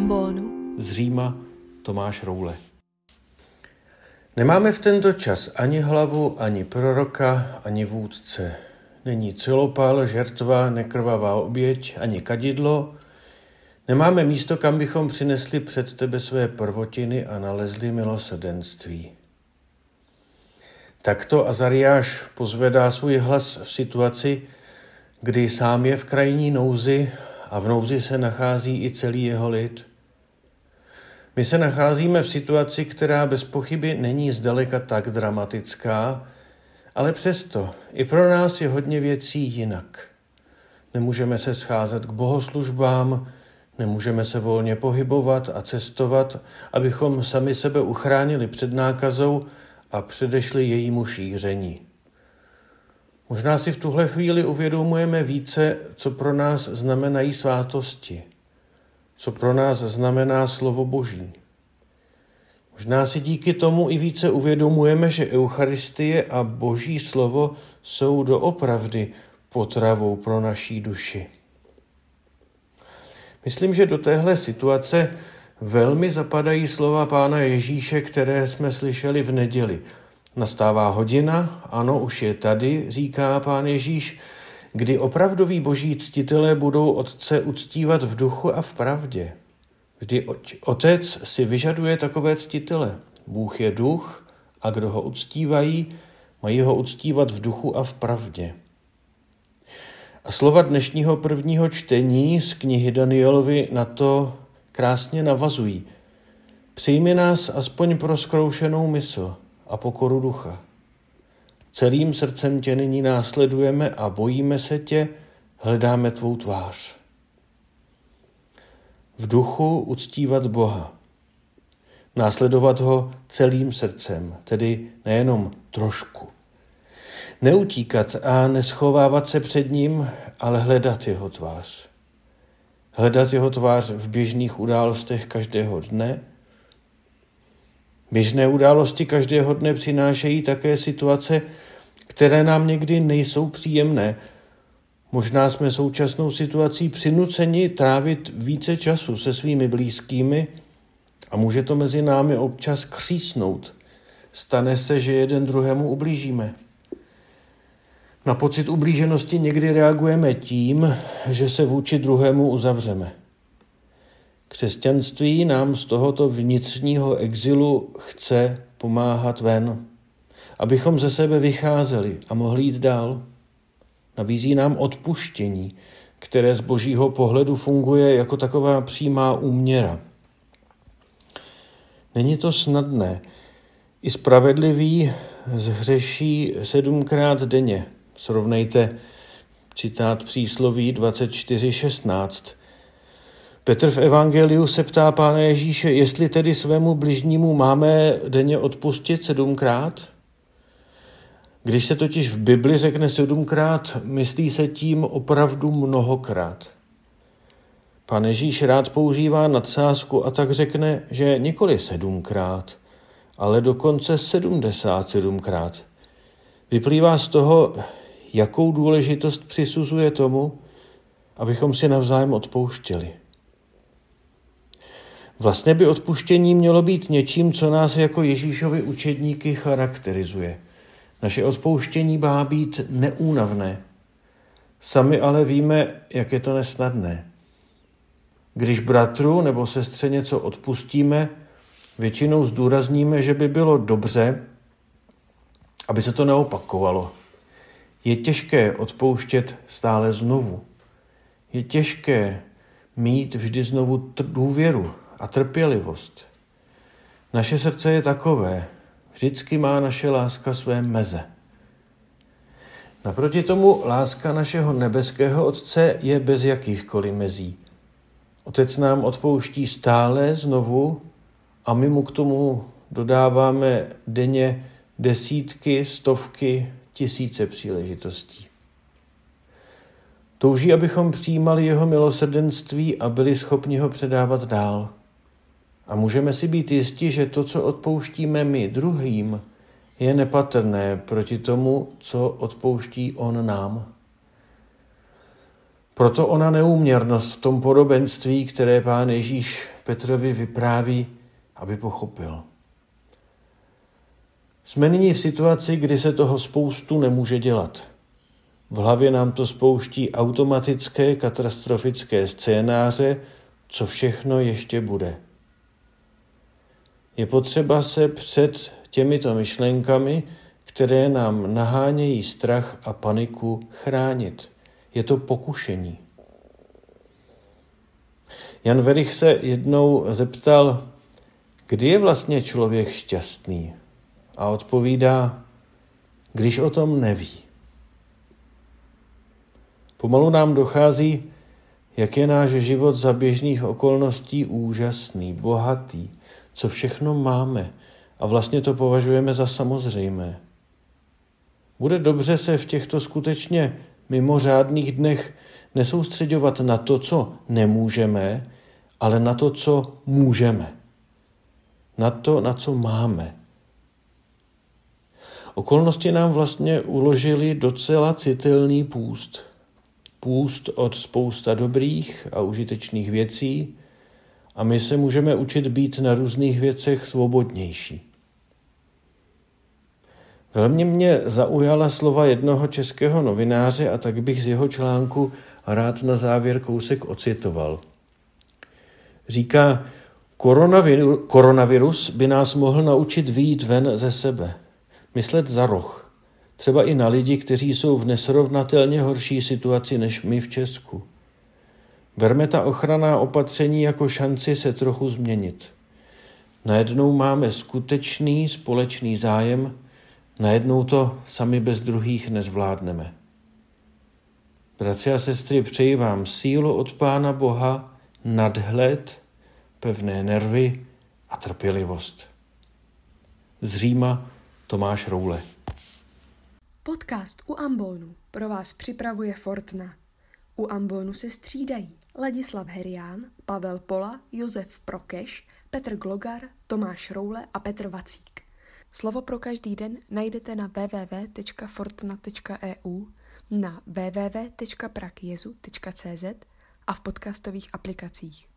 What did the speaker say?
trombónu. Z Říma Tomáš Roule. Nemáme v tento čas ani hlavu, ani proroka, ani vůdce. Není celopal, žertva, nekrvavá oběť, ani kadidlo. Nemáme místo, kam bychom přinesli před tebe své prvotiny a nalezli milosrdenství. Takto Azariáš pozvedá svůj hlas v situaci, kdy sám je v krajní nouzi a v nouzi se nachází i celý jeho lid. My se nacházíme v situaci, která bez pochyby není zdaleka tak dramatická, ale přesto i pro nás je hodně věcí jinak. Nemůžeme se scházet k bohoslužbám, nemůžeme se volně pohybovat a cestovat, abychom sami sebe uchránili před nákazou a předešli jejímu šíření. Možná si v tuhle chvíli uvědomujeme více, co pro nás znamenají svátosti, co pro nás znamená slovo Boží. Možná si díky tomu i více uvědomujeme, že Eucharistie a Boží slovo jsou doopravdy potravou pro naší duši. Myslím, že do téhle situace velmi zapadají slova Pána Ježíše, které jsme slyšeli v neděli. Nastává hodina, ano, už je tady, říká Pán Ježíš, kdy opravdoví boží ctitelé budou Otce uctívat v duchu a v pravdě. Vždy Otec si vyžaduje takové ctitele. Bůh je duch a kdo ho uctívají, mají ho uctívat v duchu a v pravdě. A slova dnešního prvního čtení z knihy Danielovi na to krásně navazují. Přijmi nás aspoň pro zkroušenou mysl a pokoru ducha. Celým srdcem tě nyní následujeme a bojíme se tě, hledáme tvou tvář. V duchu uctívat Boha. Následovat ho celým srdcem, tedy nejenom trošku. Neutíkat a neschovávat se před ním, ale hledat jeho tvář. Hledat jeho tvář v běžných událostech každého dne. Běžné události každého dne přinášejí také situace, které nám někdy nejsou příjemné. Možná jsme současnou situací přinuceni trávit více času se svými blízkými a může to mezi námi občas křísnout. Stane se, že jeden druhému ublížíme. Na pocit ublíženosti někdy reagujeme tím, že se vůči druhému uzavřeme. Křesťanství nám z tohoto vnitřního exilu chce pomáhat ven, abychom ze sebe vycházeli a mohli jít dál. Nabízí nám odpuštění, které z božího pohledu funguje jako taková přímá úměra. Není to snadné. I spravedlivý zhřeší 7krát denně. Srovnejte citát přísloví 24:16. Petr v evangeliu se ptá Pána Ježíše, jestli tedy svému bližnímu máme denně odpustit 7krát? Když se totiž v Bibli řekne 7krát, myslí se tím opravdu mnohokrát. Pán Ježíš rád používá nadsázku a tak řekne, že nikoli 7krát, ale dokonce 77krát. Vyplývá z toho, jakou důležitost přisuzuje tomu, abychom si navzájem odpouštěli. Vlastně by odpuštění mělo být něčím, co nás jako Ježíšovi učedníky charakterizuje. Naše odpouštění má být neúnavné. Sami ale víme, jak je to nesnadné. Když bratru nebo sestře něco odpustíme, většinou zdůrazníme, že by bylo dobře, aby se to neopakovalo. Je těžké odpouštět stále znovu. Je těžké mít vždy znovu důvěru a trpělivost. Naše srdce je takové, vždycky má naše láska své meze. Naproti tomu láska našeho nebeského Otce je bez jakýchkoliv mezí. Otec nám odpouští stále znovu a my mu k tomu dodáváme denně desítky, stovky, tisíce příležitostí. Touží, abychom přijímali jeho milosrdenství a byli schopni ho předávat dál. A můžeme si být jisti, že to, co odpouštíme my druhým, je nepatrné proti tomu, co odpouští on nám. Proto ona neúměrnost v tom podobenství, které Pán Ježíš Petrovi vypráví, aby pochopil. Jsme nyní v situaci, kdy se toho spoustu nemůže dělat. V hlavě nám to spouští automatické katastrofické scénáře, co všechno ještě bude. Je potřeba se před těmito myšlenkami, které nám nahánějí strach a paniku, chránit. Je to pokušení. Jan Werich se jednou zeptal, kdy je vlastně člověk šťastný? A odpovídá, když o tom neví. Pomalu nám dochází, jak je náš život za běžných okolností úžasný, bohatý, co všechno máme a vlastně to považujeme za samozřejmé. Bude dobře se v těchto skutečně mimořádných dnech nesoustředovat na to, co nemůžeme, ale na to, co můžeme. Na to, na co máme. Okolnosti nám vlastně uložily docela citelný půst. Půst od spousta dobrých a užitečných věcí a my se můžeme učit být na různých věcech svobodnější. Velmi mě zaujala slova jednoho českého novináře a tak bych z jeho článku rád na závěr kousek ocitoval. Říká, koronavirus by nás mohl naučit vyjít ven ze sebe, myslet za roh, třeba i na lidi, kteří jsou v nesrovnatelně horší situaci než my v Česku. Berme ta ochranná opatření jako šanci se trochu změnit. Najednou máme skutečný společný zájem, najednou to sami bez druhých nezvládneme. Bratři a sestry, přeji vám sílu od Pána Boha, nadhled, pevné nervy a trpělivost. Z Říma Tomáš Roule. Podcast U ambonu pro vás připravuje Fortna. U ambonu se střídají Ladislav Herián, Pavel Pola, Josef Prokeš, Petr Glogar, Tomáš Roule a Petr Vacík. Slovo pro každý den najdete na www.fortna.eu, na www.prakjezu.cz a v podcastových aplikacích.